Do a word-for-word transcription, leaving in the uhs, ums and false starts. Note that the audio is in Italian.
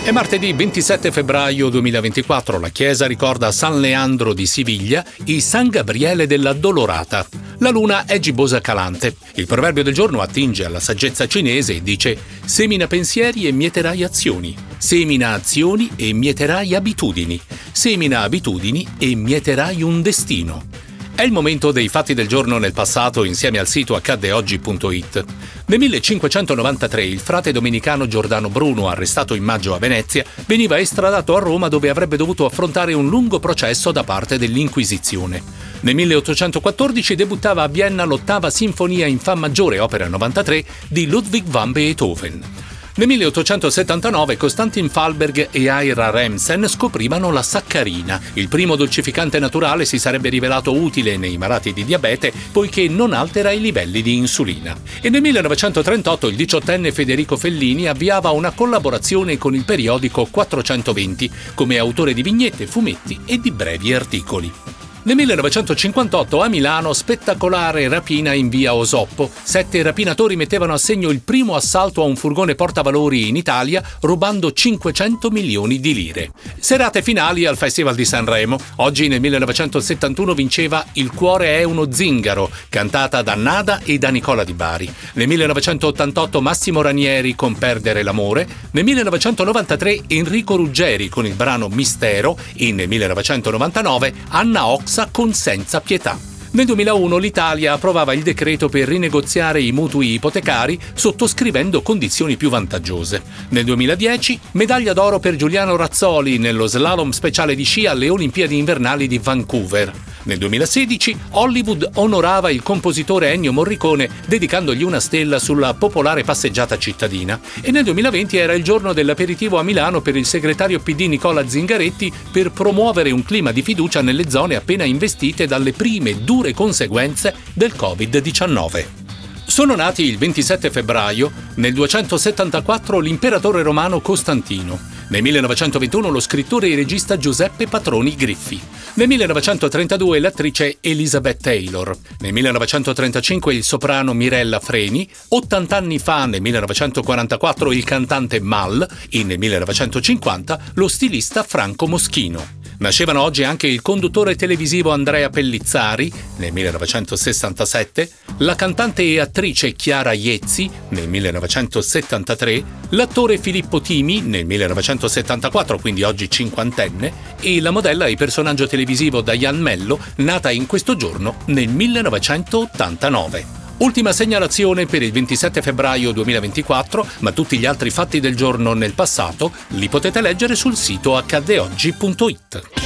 È martedì ventisette febbraio duemilaventiquattro. La chiesa ricorda San Leandro di Siviglia e San Gabriele dell'Addolorata. La luna è gibbosa calante. Il proverbio del giorno attinge alla saggezza cinese e dice: semina pensieri e mieterai azioni. Semina azioni e mieterai abitudini. Semina abitudini e mieterai un destino. È il momento dei fatti del giorno nel passato insieme al sito accadde oggi punto it. Nel millecinquecentonovantatré il frate domenicano Giordano Bruno, arrestato in maggio a Venezia, veniva estradato a Roma dove avrebbe dovuto affrontare un lungo processo da parte dell'Inquisizione. Nel milleottocentoquattordici debuttava a Vienna l'ottava sinfonia in fa maggiore, opera novantatré, di Ludwig van Beethoven. Nel milleottocentosettantanove Konstantin Fallberg e Ira Remsen scoprivano la saccarina. Il primo dolcificante naturale si sarebbe rivelato utile nei malati di diabete poiché non altera i livelli di insulina. E nel millenovecentotrentotto il diciottenne Federico Fellini avviava una collaborazione con il periodico quattrocentoventi come autore di vignette, fumetti e di brevi articoli. Nel millenovecentocinquantotto a Milano spettacolare rapina in via Osoppo. Sette rapinatori mettevano a segno il primo assalto a un furgone portavalori in Italia rubando cinquecento milioni di lire. Serate finali al Festival di Sanremo. Oggi nel millenovecentosettantuno vinceva Il cuore è uno zingaro, cantata da Nada e da Nicola Di Bari. Nel millenovecentottantotto Massimo Ranieri con Perdere l'amore. Nel millenovecentonovantatré Enrico Ruggeri con il brano Mistero e nel millenovecentonovantanove Anna Ox con Senza pietà. Nel duemilauno l'Italia approvava il decreto per rinegoziare i mutui ipotecari sottoscrivendo condizioni più vantaggiose. Nel duemiladieci medaglia d'oro per Giuliano Razzoli nello slalom speciale di sci alle Olimpiadi invernali di Vancouver. Nel duemilasedici Hollywood onorava il compositore Ennio Morricone dedicandogli una stella sulla popolare passeggiata cittadina. E nel duemilaventi era il giorno dell'aperitivo a Milano per il segretario P D Nicola Zingaretti per promuovere un clima di fiducia nelle zone appena investite dalle prime dure conseguenze del covid diciannove. Sono nati il ventisette febbraio nel duecentosettantaquattro l'imperatore romano Costantino, nel millenovecentoventuno lo scrittore e regista Giuseppe Patroni Griffi, nel millenovecentotrentadue l'attrice Elizabeth Taylor, nel millenovecentotrentacinque il soprano Mirella Freni, ottanta anni fa nel millenovecentoquarantaquattro il cantante Mal e nel millenovecentocinquanta lo stilista Franco Moschino. Nascevano oggi anche il conduttore televisivo Andrea Pellizzari, nel millenovecentosessantasette, la cantante e attrice Chiara Iezzi, nel millenovecentosettantatré, l'attore Filippo Timi, nel millenovecentosettantaquattro, quindi oggi cinquantenne, e la modella e personaggio televisivo Diane Mello, nata in questo giorno nel millenovecentottantanove. Ultima segnalazione per il ventisette febbraio duemilaventiquattro, ma tutti gli altri fatti del giorno nel passato li potete leggere sul sito accadde oggi punto it.